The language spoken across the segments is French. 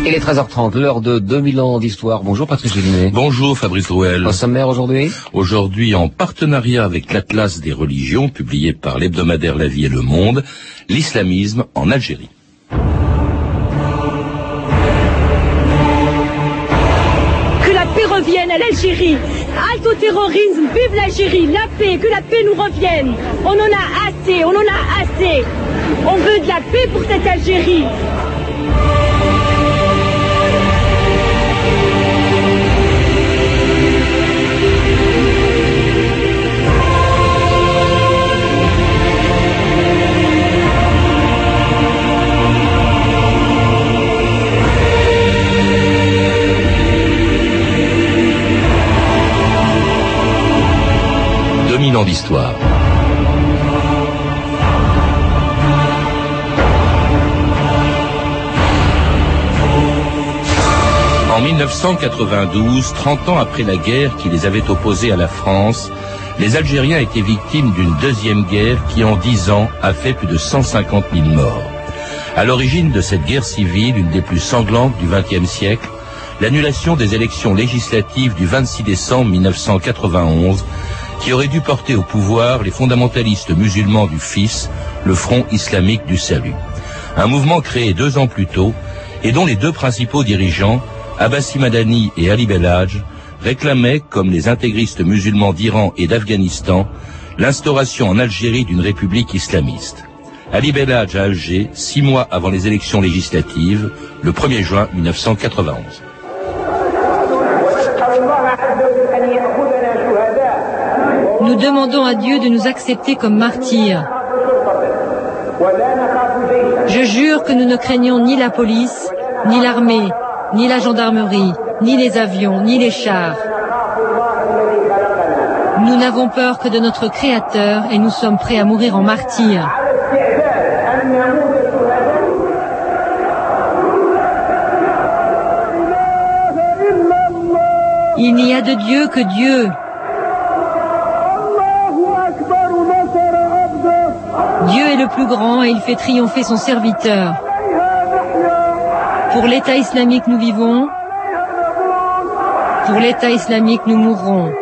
Il est 13h30, l'heure de 2000 ans d'histoire. Bonjour Patrice Gélinet. Bonjour Fabrice Drouel. Au sommaire aujourd'hui ? Aujourd'hui, en partenariat avec l'Atlas des religions, publié par l'hebdomadaire La Vie et le Monde, l'islamisme en Algérie. Que la paix revienne à l'Algérie. Halte au terrorisme, vive l'Algérie, la paix, que la paix nous revienne. On en a assez, on en a assez. On veut de la paix pour cette Algérie. Ans d'histoire. En 1992, 30 ans après la guerre qui les avait opposés à la France, les Algériens étaient victimes d'une deuxième guerre qui, en 10 ans, a fait plus de 150 000 morts. À l'origine de cette guerre civile, une des plus sanglantes du XXe siècle, l'annulation des élections législatives du 26 décembre 1991, qui aurait dû porter au pouvoir les fondamentalistes musulmans du FIS, le Front islamique du salut. Un mouvement créé 2 ans plus tôt et dont les 2 principaux dirigeants, Abbassi Madani et Ali Belhadj, réclamaient, comme les intégristes musulmans d'Iran et d'Afghanistan, l'instauration en Algérie d'une république islamiste. Ali Belhadj à Alger, 6 mois avant les élections législatives, le 1er juin 1991. Nous demandons à Dieu de nous accepter comme martyrs. Je jure que nous ne craignons ni la police, ni l'armée, ni la gendarmerie, ni les avions, ni les chars. Nous n'avons peur que de notre Créateur et nous sommes prêts à mourir en martyrs. Il n'y a de Dieu que Dieu. Dieu est le plus grand et il fait triompher son serviteur. Pour l'État islamique nous vivons, pour l'État islamique nous mourrons.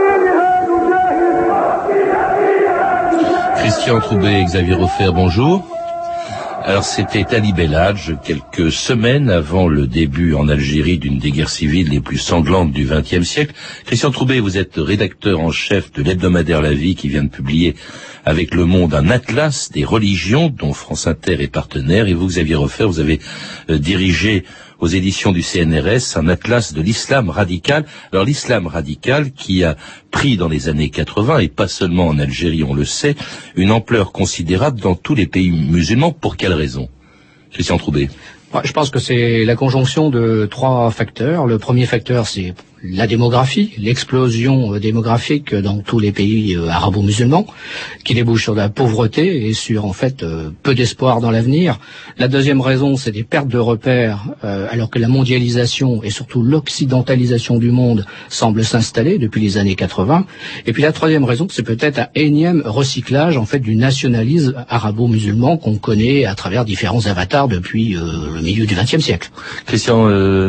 Christian Troubet et Xavier Hofer, bonjour. Alors c'était Ali Belhadj, quelques semaines avant le début en Algérie d'une des guerres civiles les plus sanglantes du XXe siècle. Christian Troubet, vous êtes rédacteur en chef de l'hebdomadaire La Vie qui vient de publier avec Le Monde un atlas des religions dont France Inter est partenaire. Et vous, Xavier Hofer, vous avez dirigé aux éditions du CNRS un atlas de l'islam radical. Alors l'islam radical qui a pris dans les années 80, et pas seulement en Algérie, on le sait, une ampleur considérable dans tous les pays musulmans. Pour quelle raison, Christian Troubet? Je pense que c'est la conjonction de 3 facteurs. Le premier facteur, c'est la démographie, l'explosion démographique dans tous les pays arabo-musulmans, qui débouche sur la pauvreté et sur en fait peu d'espoir dans l'avenir. La deuxième raison, c'est des pertes de repères, alors que la mondialisation et surtout l'occidentalisation du monde semble s'installer depuis les années 80. Et puis la troisième raison, c'est peut-être un énième recyclage en fait du nationalisme arabo-musulman qu'on connaît à travers différents avatars depuis le milieu du XXe siècle. Christian,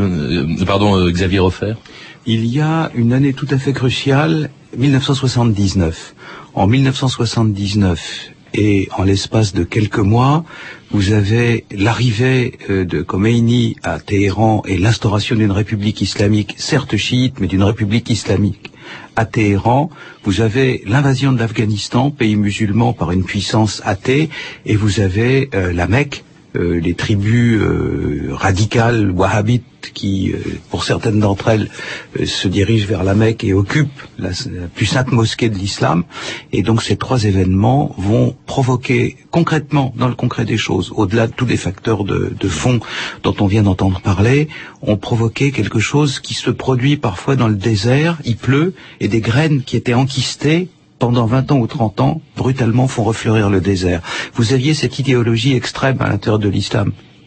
Xavier Hofer. Il y a une année tout à fait cruciale, 1979. En 1979, et en l'espace de quelques mois, vous avez l'arrivée de Khomeini à Téhéran et l'instauration d'une république islamique, certes chiite, mais d'une république islamique à Téhéran. Vous avez l'invasion de l'Afghanistan, pays musulman, par une puissance athée, et vous avez la Mecque, les tribus radicales wahhabites qui, pour certaines d'entre elles, se dirigent vers la Mecque et occupent la plus sainte mosquée de l'islam. Et donc ces 3 événements vont provoquer concrètement, dans le concret des choses, au-delà de tous les facteurs de fond dont on vient d'entendre parler, ont provoqué quelque chose qui se produit parfois dans le désert. Il pleut et des graines qui étaient enquistées pendant 20 ans ou 30 ans, brutalement font refleurir le désert. Vous aviez cette idéologie extrême à l'intérieur de l'islam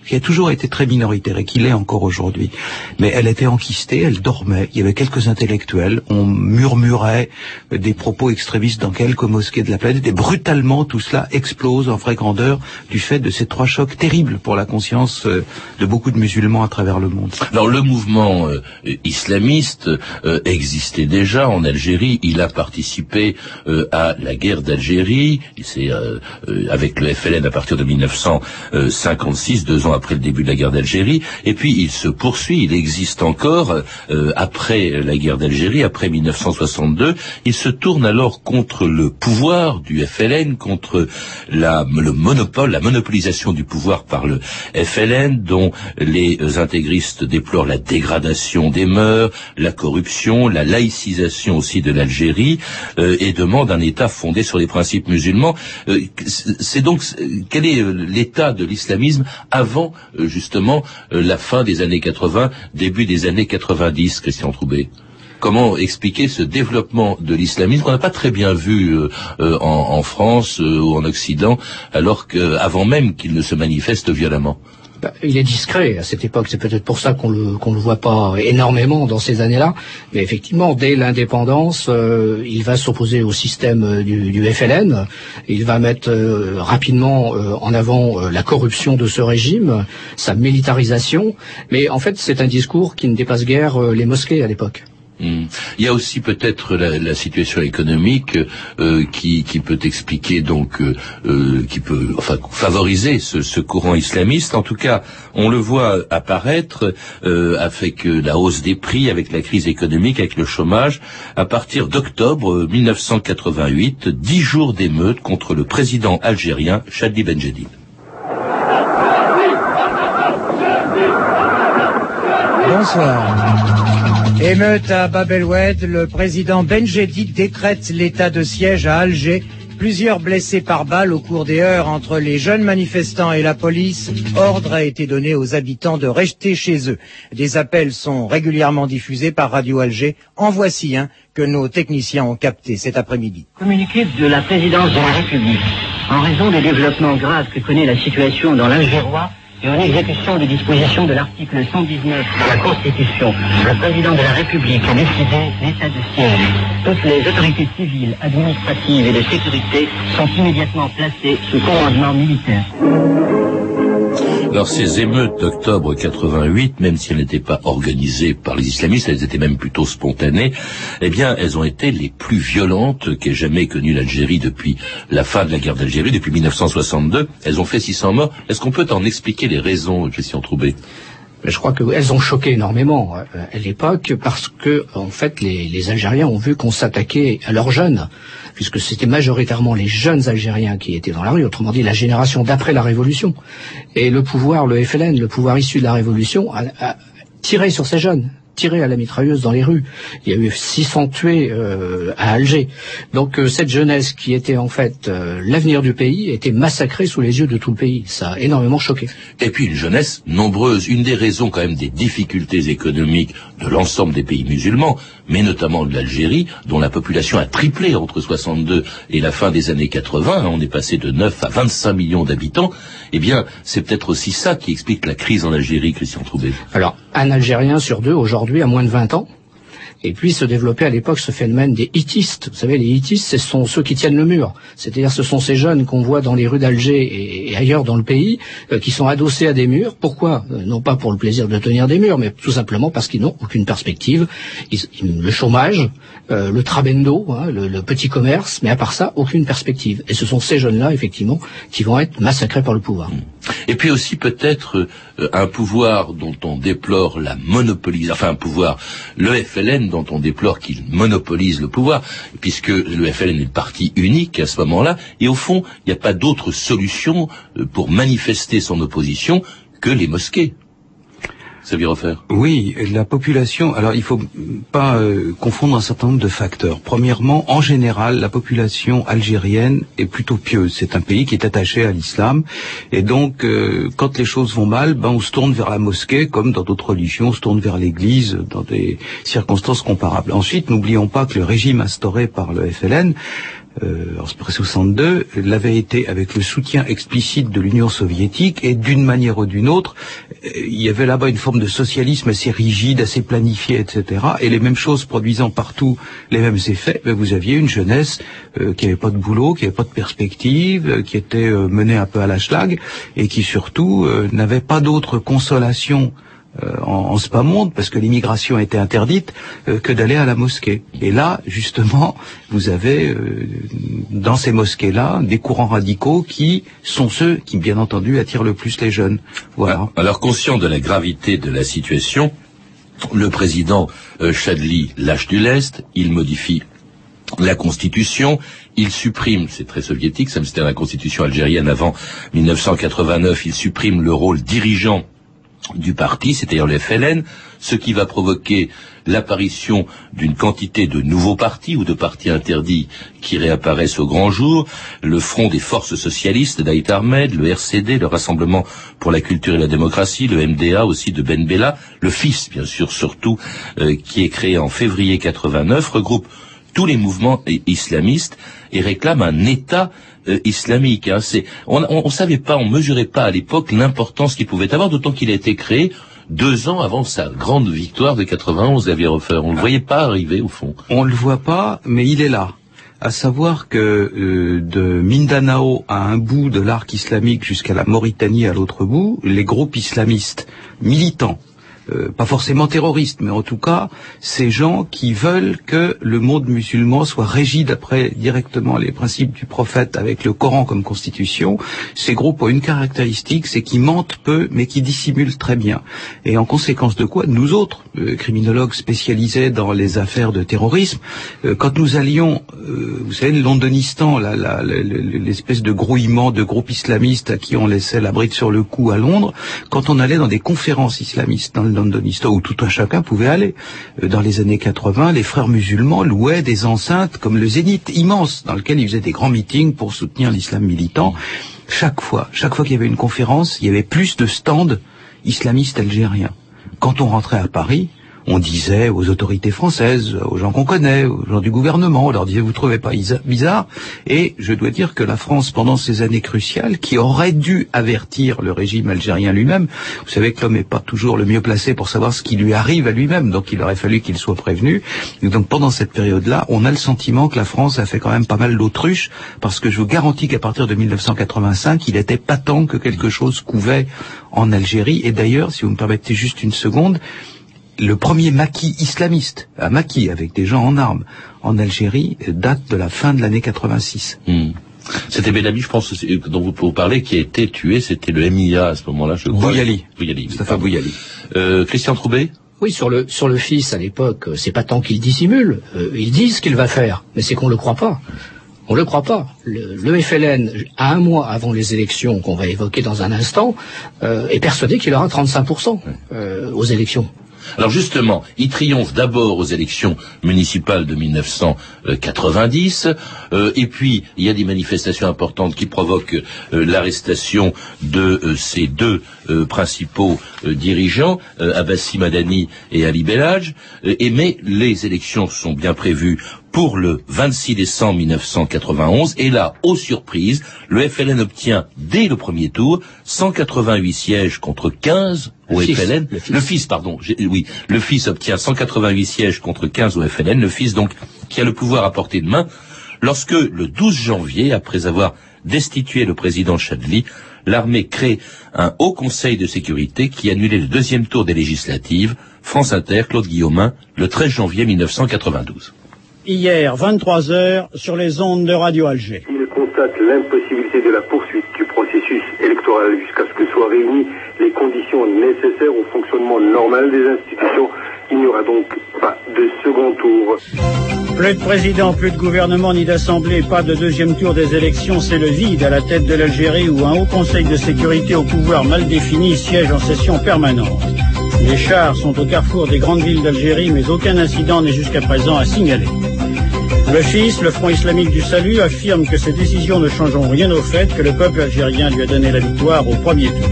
qui a toujours été très minoritaire et qui l'est encore aujourd'hui. Mais elle était enquistée, elle dormait, il y avait quelques intellectuels, on murmurait des propos extrémistes dans quelques mosquées de la planète, et brutalement tout cela explose en vraie grandeur du fait de ces 3 chocs terribles pour la conscience de beaucoup de musulmans à travers le monde. Alors le mouvement islamiste existait déjà en Algérie, il a participé à la guerre d'Algérie, c'est avec le FLN à partir de 1956, 2 ans après le début de la guerre d'Algérie, et puis il se poursuit, il existe encore après la guerre d'Algérie, après 1962, il se tourne alors contre le pouvoir du FLN, contre le monopole, la monopolisation du pouvoir par le FLN, dont les intégristes déplorent la dégradation des mœurs, la corruption, la laïcisation aussi de l'Algérie, et demandent un État fondé sur les principes musulmans. C'est donc, quel est l'état de l'islamisme avant justement la fin des années 80, début des années 90, Christian Troubet? Comment expliquer ce développement de l'islamisme qu'on n'a pas très bien vu en France ou en Occident, alors qu'avant même qu'il ne se manifeste violemment? Il est discret à cette époque, c'est peut-être pour ça qu'on le voit pas énormément dans ces années-là, mais effectivement, dès l'indépendance, il va s'opposer au système du FLN, il va mettre rapidement en avant la corruption de ce régime, sa militarisation, mais en fait c'est un discours qui ne dépasse guère les mosquées à l'époque. Il y a aussi peut-être la situation économique qui peut expliquer donc qui peut favoriser ce courant islamiste. En tout cas, on le voit apparaître avec la hausse des prix, avec la crise économique, avec le chômage. À partir d'octobre 1988, 10 jours d'émeutes contre le président algérien Chadli Benjedid. Bonsoir. Émeute à Bab el-Oued, le président Benjedid décrète l'état de siège à Alger. Plusieurs blessés par balle au cours des heurts entre les jeunes manifestants et la police. Ordre a été donné aux habitants de rester chez eux. Des appels sont régulièrement diffusés par Radio Alger. En voici un que nos techniciens ont capté cet après-midi. Communiqué de la présidence de la République. En raison des développements graves que connaît la situation dans l'Algérois, et en exécution des dispositions de l'article 119 de la Constitution, le président de la République a décidé l'état de siège. Toutes les autorités civiles, administratives et de sécurité sont immédiatement placées sous commandement militaire. Alors ces émeutes d'octobre 88, même si elles n'étaient pas organisées par les islamistes, elles étaient même plutôt spontanées, eh bien elles ont été les plus violentes qu'ait jamais connues l'Algérie depuis la fin de la guerre d'Algérie, depuis 1962. Elles ont fait 600 morts. Est-ce qu'on peut en expliquer les raisons, Christian Troubet? Je crois qu'elles ont choqué énormément à l'époque parce que, en fait, les Algériens ont vu qu'on s'attaquait à leurs jeunes, puisque c'était majoritairement les jeunes Algériens qui étaient dans la rue, autrement dit la génération d'après la Révolution. Et le pouvoir, le FLN, le pouvoir issu de la Révolution, a tiré sur ces jeunes, tiré à la mitrailleuse dans les rues. Il y a eu 600 tués à Alger. Donc cette jeunesse qui était en fait l'avenir du pays était massacrée sous les yeux de tout le pays. Ça a énormément choqué. Et puis une jeunesse nombreuse. Une des raisons quand même des difficultés économiques de l'ensemble des pays musulmans, mais notamment de l'Algérie, dont la population a triplé entre 62 et la fin des années 80. On est passé de 9 à 25 millions d'habitants. Eh bien, c'est peut-être aussi ça qui explique la crise en Algérie, Christian Troubet. Alors, un Algérien sur deux aujourd'hui a moins de 20 ans. Et puis se développait à l'époque ce phénomène des hittistes. Vous savez, les hittistes, ce sont ceux qui tiennent le mur. C'est-à-dire ce sont ces jeunes qu'on voit dans les rues d'Alger et ailleurs dans le pays, qui sont adossés à des murs. Pourquoi? Non pas pour le plaisir de tenir des murs, mais tout simplement parce qu'ils n'ont aucune perspective. Le chômage, le trabendo, le petit commerce, mais à part ça, aucune perspective. Et ce sont ces jeunes-là, effectivement, qui vont être massacrés par le pouvoir. Et puis aussi peut-être un pouvoir dont on déplore la monopolisation, enfin un pouvoir, le FLN dont on déplore qu'il monopolise le pouvoir, puisque le FLN est le parti unique à ce moment-là, et au fond, il n'y a pas d'autre solution pour manifester son opposition que les mosquées. Xavier Hofer. Oui, la population, alors il faut pas confondre un certain nombre de facteurs. Premièrement, en général, la population algérienne est plutôt pieuse. C'est un pays qui est attaché à l'islam. Et donc, quand les choses vont mal, on se tourne vers la mosquée, comme dans d'autres religions, on se tourne vers l'église dans des circonstances comparables. Ensuite, n'oublions pas que le régime instauré par le FLN après 62, l'avait été avec le soutien explicite de l'Union soviétique, et d'une manière ou d'une autre, il y avait là-bas une forme de socialisme assez rigide, assez planifié, etc. Et les mêmes choses produisant partout les mêmes effets, vous aviez une jeunesse qui n'avait pas de boulot, qui n'avait pas de perspective, qui était menée un peu à la schlag, et qui surtout n'avait pas d'autre consolation en ce bas monde, parce que l'immigration était interdite, que d'aller à la mosquée. Et là, justement, vous avez dans ces mosquées-là des courants radicaux qui sont ceux qui, bien entendu, attirent le plus les jeunes. Voilà. Alors, conscient de la gravité de la situation, le président Chadli lâche du lest, il modifie la Constitution, il supprime, c'est très soviétique, ça c'était la Constitution algérienne avant 1989, il supprime le rôle dirigeant du parti, c'est-à-dire le FLN, ce qui va provoquer l'apparition d'une quantité de nouveaux partis ou de partis interdits qui réapparaissent au grand jour, le Front des forces socialistes d'Aït Ahmed, le RCD, le Rassemblement pour la culture et la démocratie, le MDA aussi de Ben Bella, le FIS bien sûr surtout, qui est créé en février 89, regroupe tous les mouvements islamistes et réclame un État islamique. On savait pas, on mesurait pas à l'époque l'importance qu'il pouvait avoir, d'autant qu'il a été créé 2 ans avant sa grande victoire de 91, Xavier Hofer. On le voyait pas arriver au fond. On le voit pas, mais il est là. À savoir que de Mindanao à un bout de l'arc islamique jusqu'à la Mauritanie à l'autre bout, les groupes islamistes militants, pas forcément terroristes, mais en tout cas, ces gens qui veulent que le monde musulman soit régi d'après directement les principes du prophète avec le Coran comme constitution, ces groupes ont une caractéristique, c'est qu'ils mentent peu, mais qu'ils dissimulent très bien. Et en conséquence de quoi, nous autres, criminologues spécialisés dans les affaires de terrorisme, quand nous allions, vous savez, le Londonistan, l'espèce de grouillement de groupes islamistes à qui on laissait la bride sur le cou à Londres, quand on allait dans des conférences islamistes dans le Londonistan, où tout un chacun pouvait aller. Dans les années 80, les frères musulmans louaient des enceintes comme le Zénith, immense, dans lequel ils faisaient des grands meetings pour soutenir l'islam militant. Chaque fois qu'il y avait une conférence, il y avait plus de stands islamistes algériens. Quand on rentrait à Paris, on disait aux autorités françaises, aux gens qu'on connaît, aux gens du gouvernement, on leur disait, vous trouvez pas bizarre? Et je dois dire que la France, pendant ces années cruciales, qui aurait dû avertir le régime algérien lui-même, vous savez que l'homme n'est pas toujours le mieux placé pour savoir ce qui lui arrive à lui-même, donc il aurait fallu qu'il soit prévenu. Et donc pendant cette période-là, on a le sentiment que la France a fait quand même pas mal l'autruche, parce que je vous garantis qu'à partir de 1985, il était patent que quelque chose couvait en Algérie. Et d'ailleurs, si vous me permettez juste une seconde, le premier maquis islamiste, un maquis avec des gens en armes, en Algérie, date de la fin de l'année 86. C'était Bellamy, je pense, dont vous parlez, qui a été tué, c'était le MIA à ce moment-là, je crois. Bouyali. Mustafa Bouyali. Christian Troubet? Oui, sur le fils, à l'époque, c'est pas tant qu'il dissimule, il dit ce qu'il va faire, mais c'est qu'on le croit pas. On le croit pas. Le FLN, à 1 mois avant les élections qu'on va évoquer dans un instant, est persuadé qu'il aura 35% aux élections. Alors justement, il triomphe d'abord aux élections municipales de 1990, et puis il y a des manifestations importantes qui provoquent l'arrestation de ces 2 principaux dirigeants, Abbassi Madani et Ali Belhadj, mais les élections sont bien prévues pour le 26 décembre 1991, et là, aux surprises, le FLN obtient, dès le premier tour, 188 sièges contre 15 au FLN. Le FIS obtient 188 sièges contre 15 au FLN, le FIS donc, qui a le pouvoir à portée de main, lorsque, le 12 janvier, après avoir destitué le président Chadli, l'armée crée un haut conseil de sécurité qui annulait le 2e tour des législatives. France Inter, Claude Guillaumin, le 13 janvier 1992. Hier, 23h, sur les ondes de Radio Alger. Il constate l'impossibilité de la poursuite du processus électoral jusqu'à ce que soient réunies les conditions nécessaires au fonctionnement normal des institutions. Il n'y aura donc pas de second tour. Plus de président, plus de gouvernement ni d'assemblée, pas de 2e tour des élections, c'est le vide à la tête de l'Algérie où un haut conseil de sécurité au pouvoir mal défini siège en session permanente. Les chars sont au carrefour des grandes villes d'Algérie, mais aucun incident n'est jusqu'à présent à signaler. Le FIS, le Front islamique du salut, affirme que ces décisions ne changeront rien au fait que le peuple algérien lui a donné la victoire au premier tour.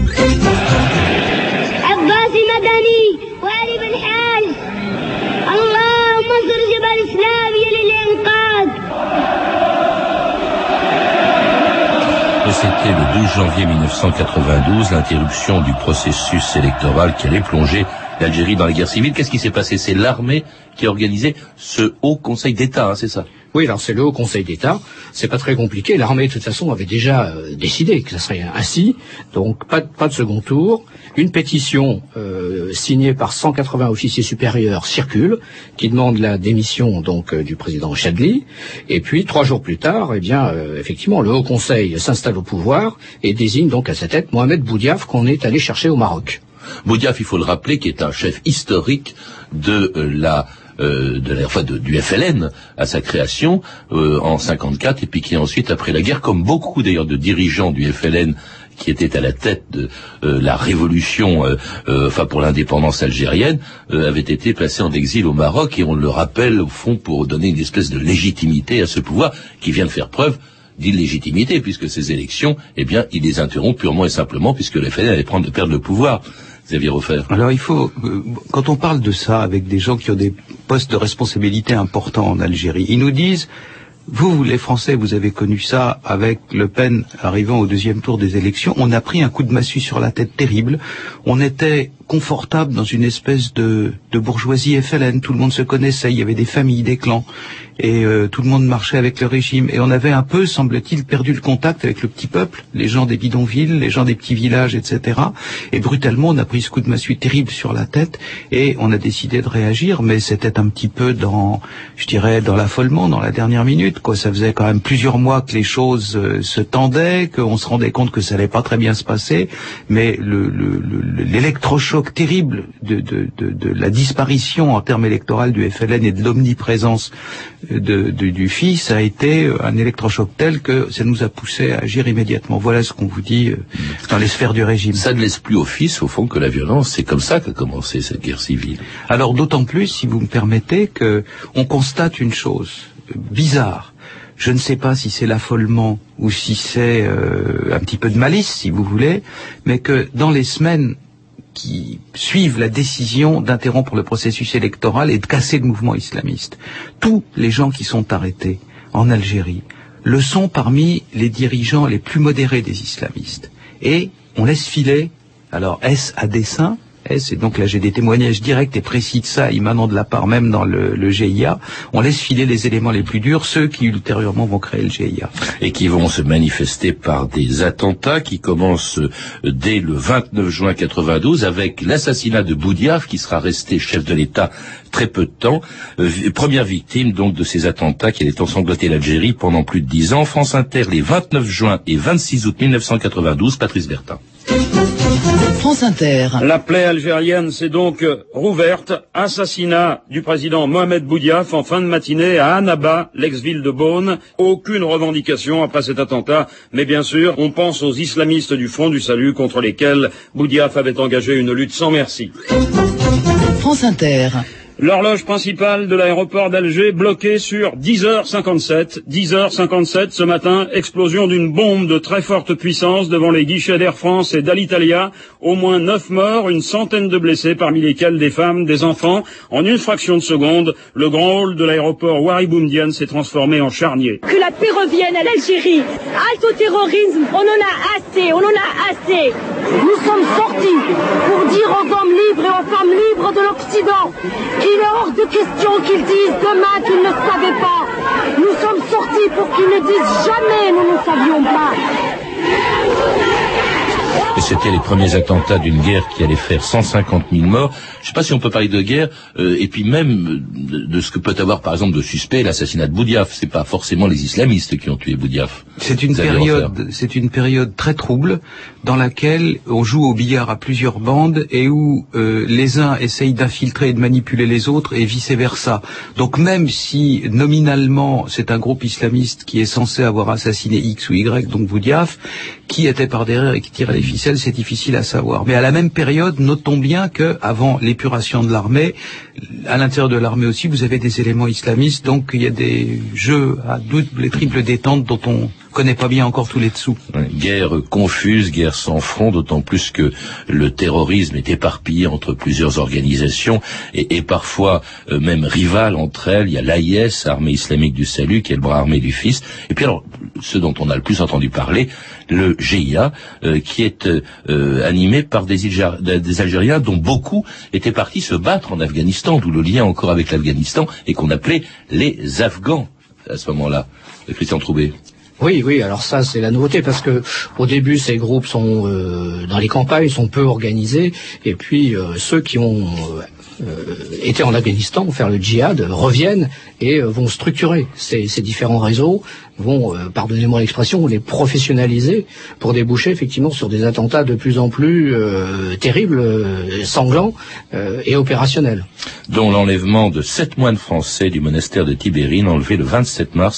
c'était le 12 janvier 1992, l'interruption du processus électoral qui allait plonger l'Algérie dans la guerre civile. Qu'est-ce qui s'est passé? C'est l'armée qui a organisé ce Haut Conseil d'État, hein, c'est ça? Oui, alors c'est le Haut Conseil d'État. C'est pas très compliqué. L'armée, de toute façon, avait déjà décidé que ça serait ainsi. Donc, pas de second tour. Une pétition signée par 180 officiers supérieurs circule, qui demande la démission donc du président Chadli. Et puis, 3 jours plus tard, effectivement, le Haut Conseil s'installe au pouvoir et désigne donc à sa tête Mohamed Boudiaf, qu'on est allé chercher au Maroc. Boudiaf, il faut le rappeler, qui est un chef historique de du FLN à sa création en 54, et puis qui ensuite, après la guerre, comme beaucoup d'ailleurs de dirigeants du FLN qui étaient à la tête de la révolution, pour l'indépendance algérienne, avait été placé en exil au Maroc, et on le rappelle au fond pour donner une espèce de légitimité à ce pouvoir qui vient de faire preuve d'illégitimité, puisque ces élections, il les interrompt purement et simplement puisque le FLN allait perdre le pouvoir. Xavier Hofer. Alors il faut, quand on parle de ça avec des gens qui ont des postes de responsabilité importants en Algérie, ils nous disent, vous les Français, vous avez connu ça avec Le Pen arrivant au 2e tour des élections, on a pris un coup de massue sur la tête terrible, on était confortable dans une espèce de bourgeoisie FLN, tout le monde se connaissait, il y avait des familles, des clans, et tout le monde marchait avec le régime, et on avait un peu, semble-t-il, perdu le contact avec le petit peuple, les gens des bidonvilles, les gens des petits villages, etc. Et brutalement, on a pris ce coup de massue terrible sur la tête, et on a décidé de réagir, mais c'était un petit peu dans l'affolement, dans la dernière minute, quoi. Ça faisait quand même plusieurs mois que les choses se tendaient, qu'on se rendait compte que ça allait pas très bien se passer, mais l'électrochoc terrible de la disparition en termes électoraux du FLN et de l'omniprésence du fils a été un électrochoc tel que ça nous a poussé à agir immédiatement. Voilà ce qu'on vous dit dans les sphères du régime. Ça ne laisse plus au fils, au fond, que la violence. C'est comme ça qu'a commencé cette guerre civile. Alors d'autant plus, si vous me permettez, que on constate une chose bizarre. Je ne sais pas si c'est l'affolement ou si c'est un petit peu de malice, si vous voulez, mais que dans les semaines qui suivent la décision d'interrompre le processus électoral et de casser le mouvement islamiste, tous les gens qui sont arrêtés en Algérie le sont parmi les dirigeants les plus modérés des islamistes. Et on laisse filer, alors est-ce à dessein? Et donc là j'ai des témoignages directs et précis de ça, émanant de la part même dans le GIA. On laisse filer les éléments les plus durs, ceux qui ultérieurement vont créer le GIA. Et qui vont se manifester par des attentats qui commencent dès le 29 juin 92 avec l'assassinat de Boudiaf, qui sera resté chef de l'État très peu de temps. Première victime donc de ces attentats qui allaient ensanglanter l'Algérie pendant plus de 10 ans. France Inter, les 29 juin et 26 août 1992, Patrice Bertin. France Inter. La plaie algérienne s'est donc rouverte. Assassinat du président Mohamed Boudiaf en fin de matinée à Annaba, l'ex-ville de Beaune. Aucune revendication après cet attentat, mais bien sûr, on pense aux islamistes du Front du Salut contre lesquels Boudiaf avait engagé une lutte sans merci. France Inter. L'horloge principale de l'aéroport d'Alger bloquée sur 10h57. 10h57 ce matin, explosion d'une bombe de très forte puissance devant les guichets d'Air France et d'Alitalia. Au moins 9 morts, une centaine de blessés, parmi lesquels des femmes, des enfants. En une fraction de seconde, le grand hall de l'aéroport Ouari-Boumedienne s'est transformé en charnier. Que la paix revienne à l'Algérie. Halte au terrorisme, on en a assez, on en a assez. Nous sommes sortis pour dire aux hommes libres et aux femmes libres de l'Occident qu'il est hors de question qu'ils disent demain qu'ils ne savaient pas. Nous sommes sortis pour qu'ils ne disent jamais nous ne savions pas. Et c'était les premiers attentats d'une guerre qui allait faire 150 000 morts. Je ne sais pas si on peut parler de guerre, et puis même de ce que peut avoir par exemple de suspect l'assassinat de Boudiaf. C'est pas forcément les islamistes qui ont tué Boudiaf. C'est une période très trouble dans laquelle on joue au billard à plusieurs bandes et où les uns essayent d'infiltrer et de manipuler les autres et vice versa. Donc même si nominalement c'est un groupe islamiste qui est censé avoir assassiné X ou Y, donc Boudiaf, qui était par derrière et qui tirait les ficelles, c'est difficile à savoir. Mais à la même période, notons bien que avant l'épuration de l'armée, à l'intérieur de l'armée aussi, vous avez des éléments islamistes, donc il y a des jeux à double et triple détente dont on connaît pas bien encore tous les dessous. Guerre confuse, guerre sans front, d'autant plus que le terrorisme est éparpillé entre plusieurs organisations et parfois même rivales entre elles. Il y a l'AIS, Armée islamique du salut, qui est le bras armé du fils. Et puis alors, ce dont on a le plus entendu parler, le GIA, qui est animé par des Algériens dont beaucoup étaient partis se battre en Afghanistan, d'où le lien encore avec l'Afghanistan, et qu'on appelait les Afghans à ce moment-là. Christian Troubet. Oui, alors ça c'est la nouveauté parce que au début ces groupes sont dans les campagnes sont peu organisés et puis ceux qui ont été en Afghanistan faire le djihad reviennent et vont structurer ces différents réseaux, vont, pardonnez-moi l'expression, les professionnaliser pour déboucher effectivement sur des attentats de plus en plus terribles, sanglants et opérationnels. Dont l'enlèvement de 7 moines français du monastère de Tibérine enlevé le 27 mars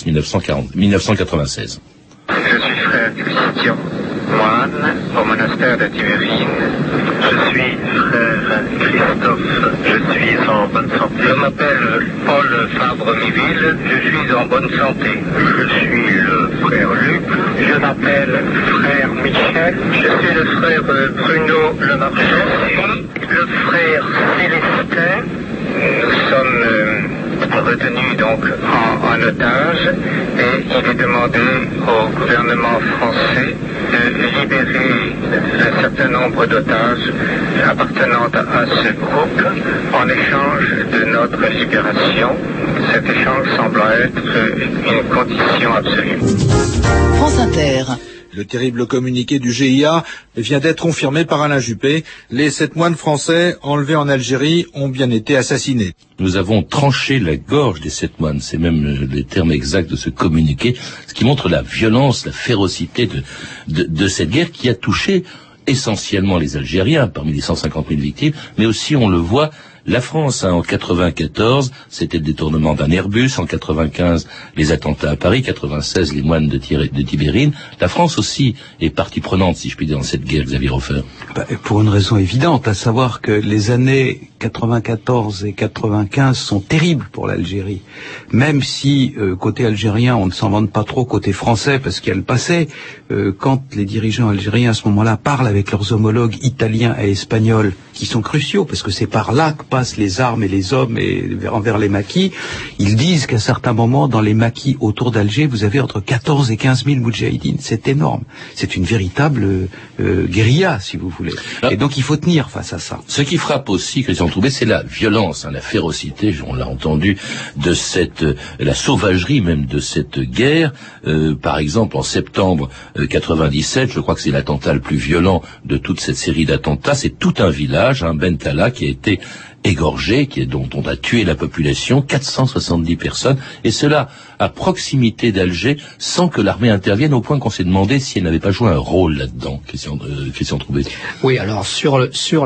1996. Je suis frère Christian, moine au monastère de Tibérine. Je suis frère Christophe, je suis en bonne santé. Je m'appelle Paul Fabre-Miville, je suis en bonne santé. Je suis le frère Luc, je m'appelle frère Michel, je suis le frère Bruno Lemarchais, le frère Célestin. Nous sommes retenus donc en otage et il est demandé au gouvernement français de libérer un certain nombre d'otages appartenant à ce groupe en échange de notre libération. Cet échange semble être une condition absolue. France Inter. Le terrible communiqué du GIA vient d'être confirmé par Alain Juppé. Les 7 moines français enlevés en Algérie ont bien été assassinés. Nous avons tranché la gorge des 7 moines, c'est même les termes exacts de ce communiqué, ce qui montre la violence, la férocité de cette guerre qui a touché essentiellement les Algériens, parmi les 150 000 victimes, mais aussi, on le voit, la France, en 94, c'était le détournement d'un Airbus. En 95, les attentats à Paris. 96, les moines de Tibérine. La France aussi est partie prenante, si je puis dire, dans cette guerre, Xavier Hofer. Pour une raison évidente, à savoir que les années 94 et 95 sont terribles pour l'Algérie. Même si, côté algérien, on ne s'en vante pas trop côté français, parce qu'il y a le passé. Quand les dirigeants algériens, à ce moment-là, parlent avec leurs homologues italiens et espagnols, qui sont cruciaux, parce que c'est par là que passent les armes et les hommes et envers les maquis, ils disent qu'à certains moments, dans les maquis autour d'Alger, vous avez entre 14 et 15 000 moudjahidines. C'est énorme. C'est une véritable guérilla, si vous voulez. Et donc, il faut tenir face à ça. Ce qui frappe aussi, Christian Troubet, c'est la violence, la férocité, on l'a entendu, de la sauvagerie même de cette guerre. Par exemple, en septembre 97, je crois que c'est l'attentat le plus violent de toute cette série d'attentats. C'est tout un village, Bentala, qui a été égorgé, dont on a tué la population, 470 personnes, et cela à proximité d'Alger, sans que l'armée intervienne, au point qu'on s'est demandé si elle n'avait pas joué un rôle là-dedans, Christian Troubet. Oui, alors sur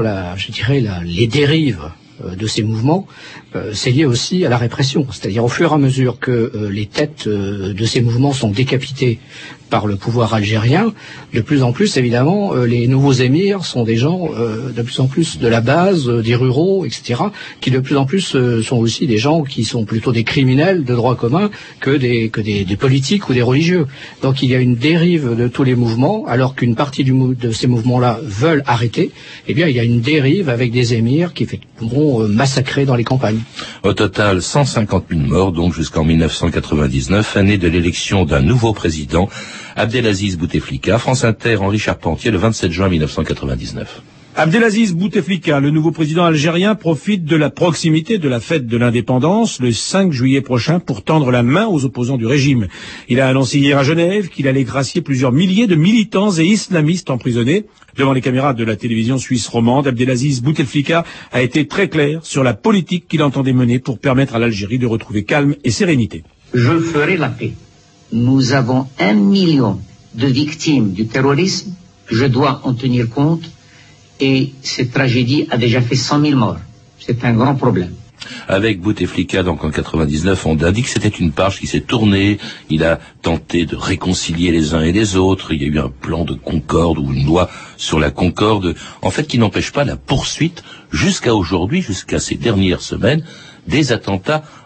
les dérives de ces mouvements, c'est lié aussi à la répression, c'est-à-dire au fur et à mesure que les têtes de ces mouvements sont décapitées par le pouvoir algérien, de plus en plus, évidemment, les nouveaux émirs sont des gens de plus en plus de la base, des ruraux, etc., qui de plus en plus sont aussi des gens qui sont plutôt des criminels de droit commun que des politiques ou des religieux. Donc il y a une dérive de tous les mouvements, alors qu'une partie de ces mouvements-là veulent arrêter, eh bien il y a une dérive avec des émirs qui vont massacrer dans les campagnes. Au total, 150 000 morts, donc jusqu'en 1999, année de l'élection d'un nouveau président, Abdelaziz Bouteflika. France Inter, Henri Charpentier, le 27 juin 1999. Abdelaziz Bouteflika, le nouveau président algérien, profite de la proximité de la fête de l'indépendance le 5 juillet prochain pour tendre la main aux opposants du régime. Il a annoncé hier à Genève qu'il allait gracier plusieurs milliers de militants et islamistes emprisonnés. Devant les caméras de la télévision suisse romande, Abdelaziz Bouteflika a été très clair sur la politique qu'il entendait mener pour permettre à l'Algérie de retrouver calme et sérénité. Je ferai la paix. Nous avons 1 million de victimes du terrorisme. Je dois en tenir compte. Et cette tragédie a déjà fait 100 000 morts. C'est un grand problème. Avec Bouteflika, donc en 99, on a dit que c'était une page qui s'est tournée. Il a tenté de réconcilier les uns et les autres. Il y a eu un plan de concorde ou une loi sur la concorde, en fait, qui n'empêche pas la poursuite jusqu'à aujourd'hui, jusqu'à ces dernières semaines, des attentats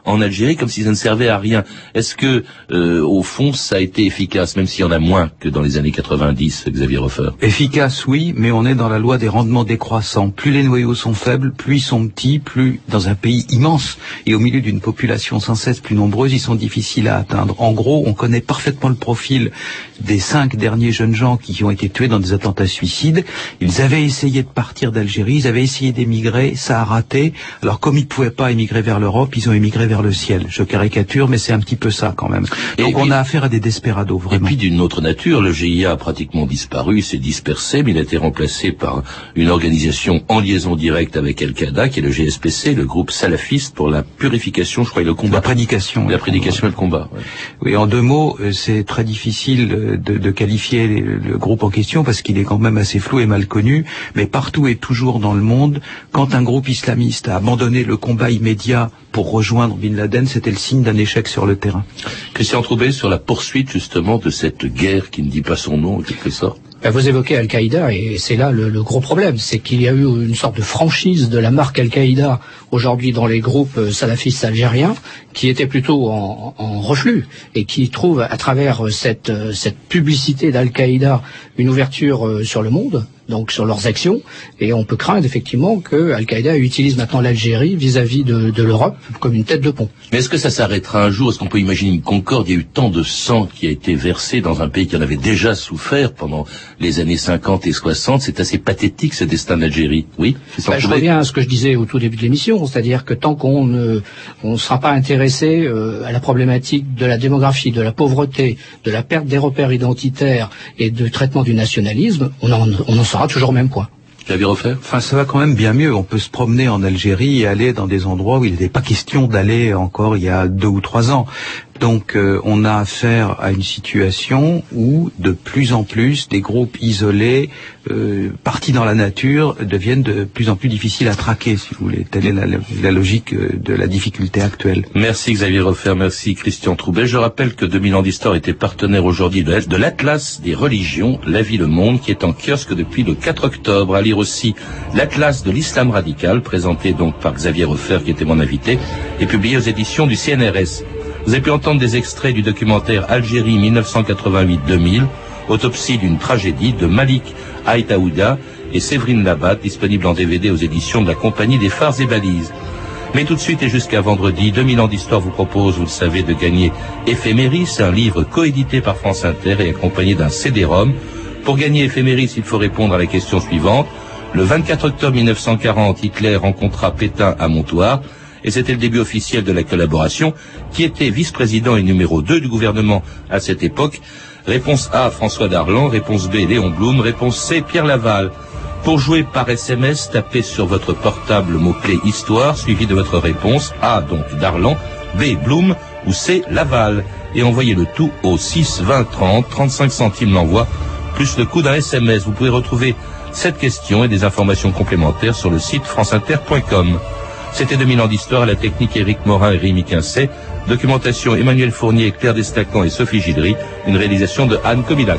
en Algérie comme si ça ne servait à rien. Est-ce que, au fond, ça a été efficace, même s'il y en a moins que dans les années 90, Xavier Hofer? Efficace, oui, mais on est dans la loi des rendements décroissants. Plus les noyaux sont faibles, plus ils sont petits, plus dans un pays immense et au milieu d'une population sans cesse plus nombreuse, ils sont difficiles à atteindre. En gros, on connaît parfaitement le profil des 5 derniers jeunes gens qui ont été tués dans des attentats suicides. Ils avaient essayé de partir d'Algérie, ils avaient essayé d'émigrer, ça a raté. Alors comme ils ne pouvaient pas émigrer vers l'Europe, ils ont émigré vers le ciel. Je caricature, mais c'est un petit peu ça quand même. Donc on a affaire à des desperados, vraiment. Et puis d'une autre nature, le GIA a pratiquement disparu, s'est dispersé, mais il a été remplacé par une organisation en liaison directe avec Al-Qaïda, qui est le GSPC, le groupe salafiste pour la purification, je crois, et le combat. La prédication. La prédication et le combat. Ouais. Oui, en 2 mots, c'est très difficile de qualifier le groupe en question parce qu'il est quand même assez flou et mal connu, mais partout et toujours dans le monde, quand un groupe islamiste a abandonné le combat immédiat pour rejoindre Bin Laden, c'était le signe d'un échec sur le terrain. Christian Troubet, sur la poursuite justement de cette guerre qui ne dit pas son nom, en quelque sorte. Vous évoquez Al-Qaïda et c'est là le gros problème, c'est qu'il y a eu une sorte de franchise de la marque Al-Qaïda aujourd'hui dans les groupes salafistes algériens qui étaient plutôt en reflux et qui trouvent à travers cette publicité d'Al-Qaïda une ouverture sur le monde, donc sur leurs actions, et on peut craindre effectivement que Al-Qaïda utilise maintenant l'Algérie vis-à-vis de l'Europe comme une tête de pont. Mais est-ce que ça s'arrêtera un jour? Est-ce qu'on peut imaginer une concorde? Il y a eu tant de sang qui a été versé dans un pays qui en avait déjà souffert pendant les années 50 et 60. C'est assez pathétique ce destin d'Algérie. Oui, je reviens à ce que je disais au tout début de l'émission, c'est-à-dire que tant qu'on ne sera pas intéressé à la problématique de la démographie, de la pauvreté, de la perte des repères identitaires et du traitement du nationalisme, on en sera toujours au même point. Enfin, ça va quand même bien mieux. On peut se promener en Algérie et aller dans des endroits où il n'était pas question d'aller encore il y a 2 ou 3 ans. Donc on a affaire à une situation où de plus en plus des groupes isolés, partis dans la nature, deviennent de plus en plus difficiles à traquer, si vous voulez. Telle est la logique de la difficulté actuelle. Merci Xavier Hofer, merci Christian Troubet. Je rappelle que 2000 ans d'histoire était partenaire aujourd'hui de l'Atlas des religions, La vie, le monde, qui est en kiosque depuis le 4 octobre. À lire aussi l'Atlas de l'islam radical, présenté donc par Xavier Hofer, qui était mon invité, et publié aux éditions du CNRS. Vous avez pu entendre des extraits du documentaire Algérie 1988-2000, autopsie d'une tragédie de Malik Aïtaouda et Séverine Labat, disponible en DVD aux éditions de la Compagnie des Phares et Balises. Mais tout de suite et jusqu'à vendredi, 2000 ans d'histoire vous propose, vous le savez, de gagner Éphéméris, un livre coédité par France Inter et accompagné d'un CD-ROM. Pour gagner Éphéméris, il faut répondre à la question suivante. Le 24 octobre 1940, Hitler rencontra Pétain à Montoire. Et c'était le début officiel de la collaboration. Qui était vice-président et numéro 2 du gouvernement à cette époque? Réponse A, François Darlan. Réponse B, Léon Blum. Réponse C, Pierre Laval. Pour jouer par SMS, tapez sur votre portable le mot-clé Histoire, suivi de votre réponse. A, donc Darlan. B, Blum. Ou C, Laval. Et envoyez le tout au 6 20 30, 35 centimes l'envoi, plus le coût d'un SMS. Vous pouvez retrouver cette question et des informations complémentaires sur le site franceinter.com. C'était 2000 ans d'histoire, à la technique Éric Morin et Rémi Quincet, documentation Emmanuel Fournier, Claire Destacan et Sophie Gildry, une réalisation de Anne Kobilac.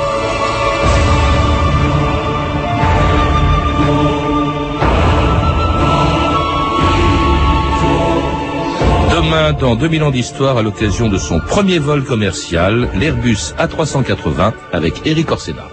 Demain, dans 2000 ans d'histoire, à l'occasion de son premier vol commercial, l'Airbus A380 avec Éric Orsena.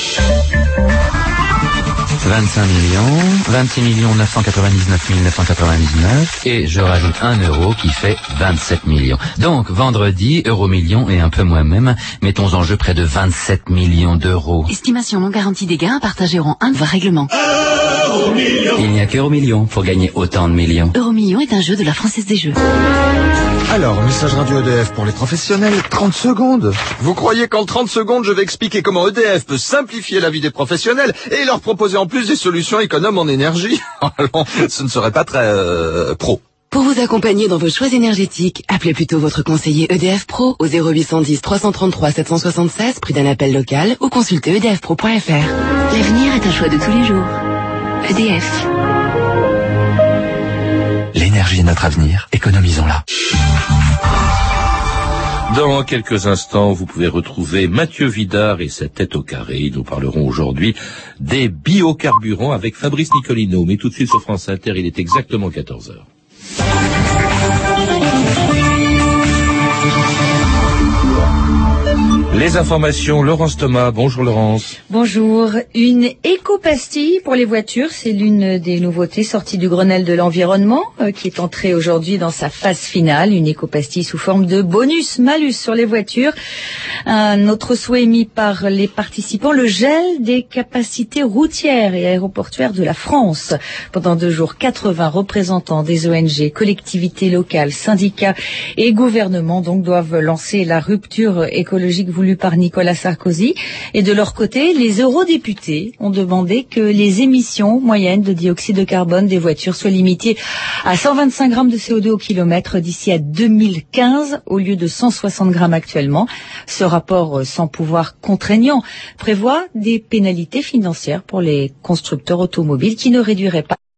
25 millions, 26 999 999, et je rajoute 1 euro qui fait 27 millions. Donc, vendredi, euro-million et un peu moins même, mettons en jeu près de 27 millions d'euros. Estimation non garantie des gains, partagés en 1 règlement. Il n'y a qu'euro-million pour gagner autant de millions. Euro-million est un jeu de la Française des Jeux. Alors, message radio EDF pour les professionnels, 30 secondes. Vous croyez qu'en 30 secondes, je vais expliquer comment EDF peut simplifier la vie des professionnels et leur proposer en plus des solutions économes en énergie? Alors, ce ne serait pas très pro. Pour vous accompagner dans vos choix énergétiques, appelez plutôt votre conseiller EDF Pro au 0810 333 776, prix d'un appel local, ou consultez edfpro.fr. L'avenir est un choix de tous les jours. EDF. L'énergie est notre avenir, économisons-la. Dans quelques instants, vous pouvez retrouver Mathieu Vidard et sa tête au carré. Nous parlerons aujourd'hui des biocarburants avec Fabrice Nicolino. Mais tout de suite sur France Inter, il est exactement 14h. Les informations, Laurence Thomas. Bonjour Laurence. Bonjour. Une éco-pastille pour les voitures, c'est l'une des nouveautés sorties du Grenelle de l'environnement qui est entrée aujourd'hui dans sa phase finale. Une éco-pastille sous forme de bonus-malus sur les voitures. Un autre souhait émis par les participants, le gel des capacités routières et aéroportuaires de la France. Pendant 2 jours, 80 représentants des ONG, collectivités locales, syndicats et gouvernements donc doivent lancer la rupture écologique voulue par Nicolas Sarkozy. Et de leur côté, les eurodéputés ont demandé que les émissions moyennes de dioxyde de carbone des voitures soient limitées à 125 grammes de CO2 au kilomètre d'ici à 2015 au lieu de 160 grammes actuellement. Ce rapport sans pouvoir contraignant prévoit des pénalités financières pour les constructeurs automobiles qui ne réduiraient pas